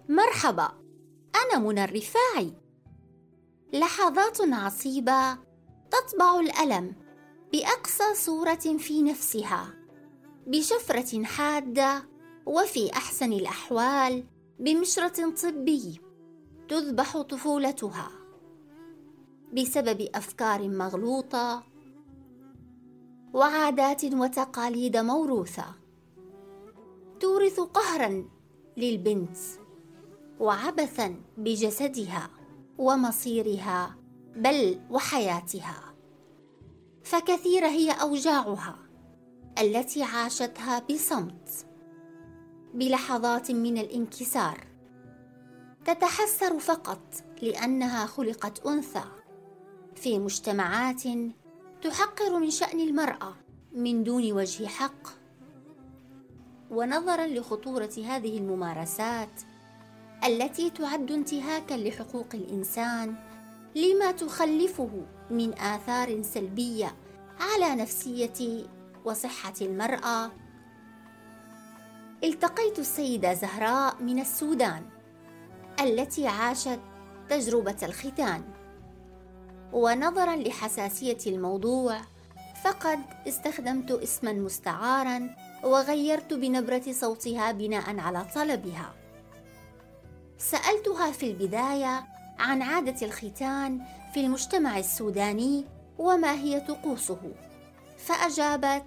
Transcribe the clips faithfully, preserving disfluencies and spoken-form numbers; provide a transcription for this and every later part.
مرحبا، أنا منى الرفاعي. لحظات عصيبة تطبع الألم بأقصى صورة في نفسها، بشفرة حادة، وفي أحسن الأحوال بمشرط طبي تذبح طفولتها بسبب أفكار مغلوطة وعادات وتقاليد موروثة تورث قهرا للبنت وعبثا بجسدها ومصيرها بل وحياتها. فكثيرة هي أوجاعها التي عاشتها بصمت، بلحظات من الانكسار، تتحسر فقط لأنها خلقت أنثى في مجتمعات تحقر من شأن المرأة من دون وجه حق. ونظرا لخطورة هذه الممارسات التي تعد انتهاكا لحقوق الإنسان لما تخلفه من آثار سلبية على نفسية وصحة المرأة، التقيت السيدة زهراء من السودان التي عاشت تجربة الختان. ونظرا لحساسية الموضوع فقد استخدمت اسما مستعارا وغيرت بنبرة صوتها بناء على طلبها. سألتها في البداية عن عادة الختان في المجتمع السوداني وما هي طقوسه، فأجابت: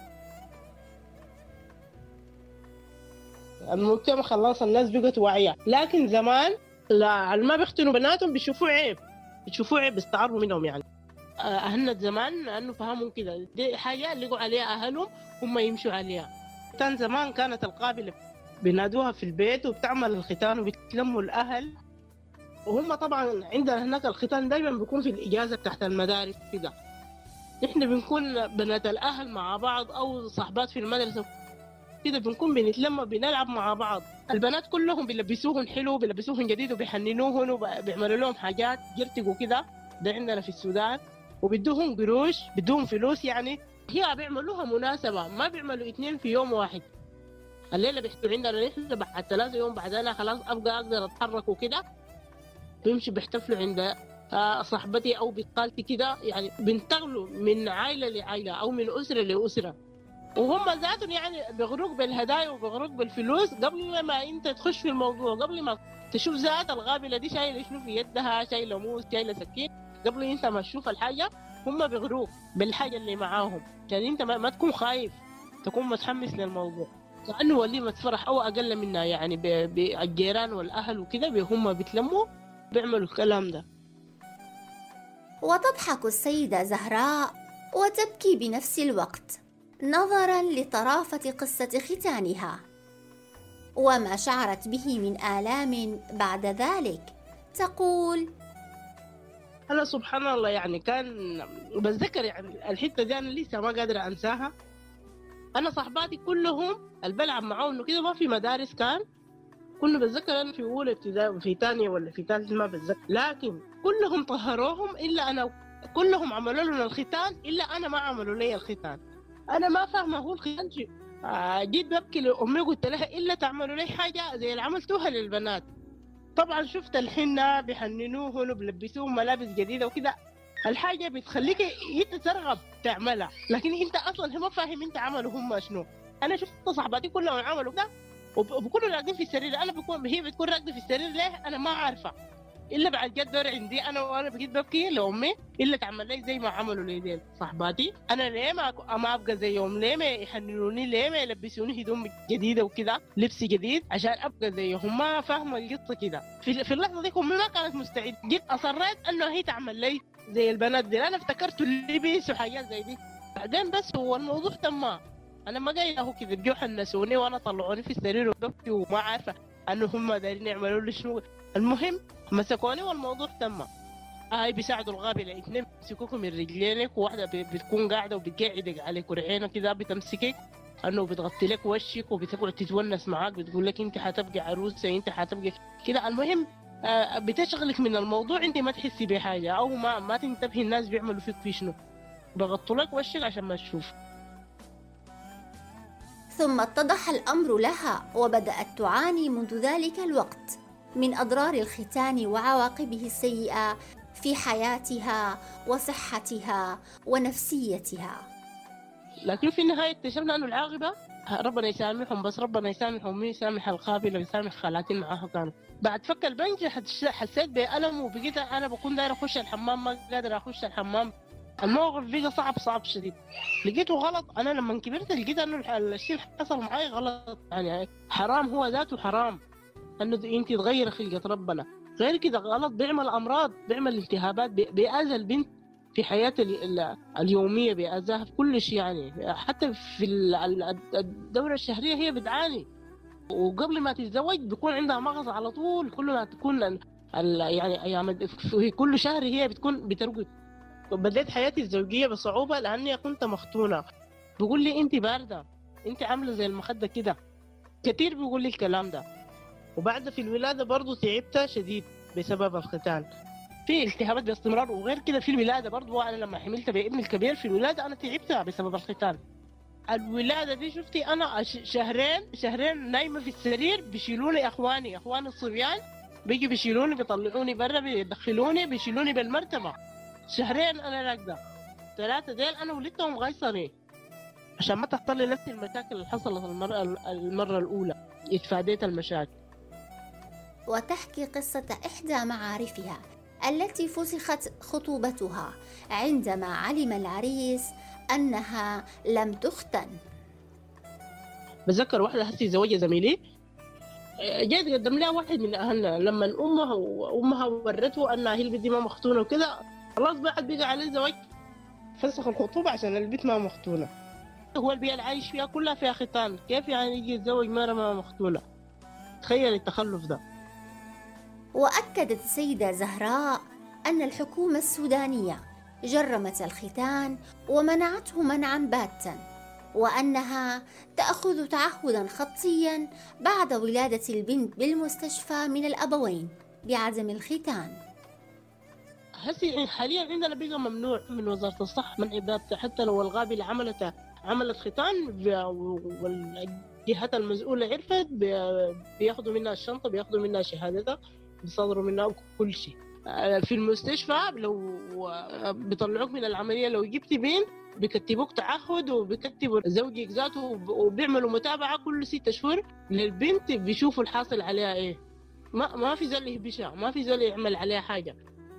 المجتمع خلاص الناس بقت واعية، لكن زمان لا، اللي ما بيختنوا بناتهم بيشوفوه عيب، بيشوفوه عيب، بيستعروا منهم. يعني أهلنا زمان لأنه فهموا كده، دي حاجة اللي لقوا عليها أهلهم هم يمشوا عليها. كان زمان كانت القابلة بينادوها في البيت وبتعمل الختان وبتلموا الأهل، وهم طبعا عندنا هناك الختان دايما بيكون في الإجازة تحت المدارس كده. نحن بنكون بنات الأهل مع بعض أو صحبات في المدرسة كده، بنكون بنتلم بنلعب مع بعض. البنات كلهم بيلبسوهم حلو، بيلبسوهم جديد وبيحننوهم وبيعملوا لهم حاجات جرتق وكده. ده عندنا في السودان. وبيدوهم قروش، بدوهم فلوس. يعني هي بيعملوها مناسبة، ما بيعملوا اتنين في يوم واحد. الليلة بيحتوا عندنا نحن بعد ثلاثة يوم بعدها خلاص أبقى أقدر أتحرك وكده، بيمشي بيحتفلوا عند صاحبتي أو بقالتي كده. يعني بينتقلوا من عائلة لعائلة أو من أسرة لأسرة، وهم ذاتهم يعني بيغروك بالهدايا وبيغروك بالفلوس قبل ما انت تخش في الموضوع، قبل ما تشوف ذات الغابلة دي شايله شنو في يدها، شايله موس، شايله سكين. قبل انت ما تشوف الحاجة هم بيغروك بالحاجة اللي معاهم، عشان انت ما, ما تكون خايف، تكون متحمس للموضوع. كأنه وليمة فرح او اقل منها. يعني بالجيران والاهل وكده هم بيتلموا بيعملوا الكلام ده. وتضحك السيدة زهراء وتبكي بنفس الوقت نظرا لطرافة قصة ختانها وما شعرت به من آلام بعد ذلك. تقول: أنا سبحان الله يعني كان بتذكر يعني الحتة دي أنا لسه ما قادرة أنساها. أنا صحباتي كلهم اللي بلعب معاهم إنه كده ما في مدارس، كان كنا بتذكر أنا في أولى ابتدائي في ثانية ولا في ثالثة ما بتذكر، لكن كلهم طهروهم إلا أنا. كلهم عملوا لنا الختان إلا أنا ما عملوا لي الختان. أنا ما فاهمة هو الختان شيء. آه جيت ببكي لأمي قلت لها إلا تعملوا لي حاجة زي اللي عملتوها للبنات. طبعا شفت الحنة بيحننوهن وبلبسوهم ملابس جديدة وكده، الحاجة بتخليك انت ترغب تعملها، لكن انت اصلا ما فاهم انت عملوا هم شنو. انا شفت صحباتي كلهم عملوا ده وبكونوا راقدين في السرير، انا بكون هي بتكون راقدة في السرير ليه انا ما عارفة، الا بعد جد دور عندي انا وانا بقيت ببكي لامي الا تعمل لي زي ما عملوا لي ديل صحباتي. انا ليه ما ما ابقى زيهم؟ ليه ما يحننوني؟ ليه ما يلبسوني هدوم جديده وكده، لبس جديد عشان ابقى زيهم؟ ما فاهمه القصه كده. في, في اللحظه دي امي ما كانت مستعده، جيت اصريت انه هي تعمل لي زي البنات دي. انا افتكرت اللبس وحاجات زي دي بعدين، بس هو الموضوع تم. انا ما قايله هو كذا، بيجوا حنسوني وانا طلعوني في السرير وببكي وما عارفه انه هم دايرين يعملوا لي شنو. المهم مسكوني والموضوع تم. هاي بيساعدوا الغابلة اثنين بيمسكوك من رجلينك، وواحدة بتكون قاعدة وبتقعدك على كرعينك كده بتمسكك، انه بتغطي لك وشك وبتقعد تتونس معاك، بتقول لك انت حتبقى عروسة، انت حتبقى كده. المهم آه بتشغلك من الموضوع، انت ما تحسي بحاجة او ما ما تنتبهي الناس بيعملوا فيك في شنو، بغطوا لك وشك عشان ما تشوف. ثم اتضح الأمر لها وبدأت تعاني منذ ذلك الوقت من أضرار الختان وعواقبه السيئة في حياتها وصحتها ونفسيتها. لكن في النهاية اكتشفنا أنه العاقبة ربنا يسامحهم، بس ربنا يسامحهم، مين يسامح القابل ويسامح خالاتي معاها كانوا. بعد فك البنج حسيت بألم وبقيت أنا بكون داير أخش الحمام ما قادر أخش الحمام. الموقف بقى صعب صعب شديد. لقيته غلط. أنا لما كبرت لقيت أنه الشيء اللي حصل معي غلط، يعني حرام، هو ذاته حرام أنه أنت تغير خلقة ربنا. غير كده غلط، بيعمل أمراض، بيعمل التهابات، بيأذى البنت في حياة اليومية، بيأذاها في كل شيء. يعني حتى في الدورة الشهرية هي بتعاني، وقبل ما تتزوج بيكون عندها مغص على طول. كل ما تكون يعني أيام في كل شهر هي بتكون بترقد. بديت حياتي الزوجية بصعوبة لأني كنت مختونة. بيقول لي أنت باردة، أنت عاملة زي المخدة كده، كتير بيقول لي الكلام ده. وبعد في الولادة برضو تعبت شديد بسبب الختان، في التهابات باستمرار. وغير كده في الولادة برضو، أنا لما حملت بابني الكبير في الولادة أنا تعبت بسبب الختان. الولادة دي شفتي أنا شهرين شهرين نايمة في السرير، بيشيلوني أخواني أخواني الصبيان، بيجي بيشيلوني بيطلعوني برا بيدخلوني بيشيلوني بالمرتبة. شهرين أنا راكدة. ثلاثة ديل أنا ولدتهم غيصني عشان ما تحصل لي نفس المشاكل اللي حصلت المرة المرة الأولى. اتفاديت المشاكل. وتحكي قصة إحدى معارفها التي فسخت خطوبتها عندما علم العريس أنها لم تختن. بتذكر واحدة هسي زوجة زميلي، جيت قدم لها واحد من أهلنا، لما أمها وأمها ورته أنها هي البنت ما مختونة وكده، خلاص بعد بقى عليه زواج، فسخ الخطوبة عشان البنت ما مختونة. هو البيئة اللي عايش فيها كلها فيها ختان، كيف يعني يجي يتزوج مرة ما مختونة؟ تخيل التخلف ده. وأكدت السيدة زهراء أن الحكومة السودانية جرمت الختان ومنعته منعا باتا، وأنها تأخذ تعهدا خطيا بعد ولادة البنت بالمستشفى من الأبوين بعدم الختان. هسي حاليا عندنا بقى ممنوع من وزارة الصحة منع بات، حتى لو الغابة عملت عملت ختان والجهات المسؤولة عرفت بياخذوا منها الشنطة، بياخذوا منها شهادتها، بيصدروا منها كل شيء. في المستشفى لو بيطلعوك من العملية لو جبتي بنت بيكتبوك تعهد، وبيكتبوا زوجك ذاته، وبيعملوا متابعة كل ستة أشهر للبنت، بيشوفوا الحاصل عليها ايه. ما ما في زول يهبشها، ما في زول يعمل عليها حاجة.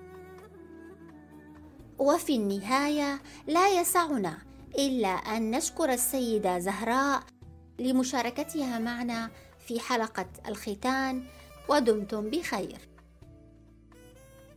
وفي النهاية لا يسعنا إلا أن نشكر السيدة زهراء لمشاركتها معنا في حلقة الختان، ودمتم بخير.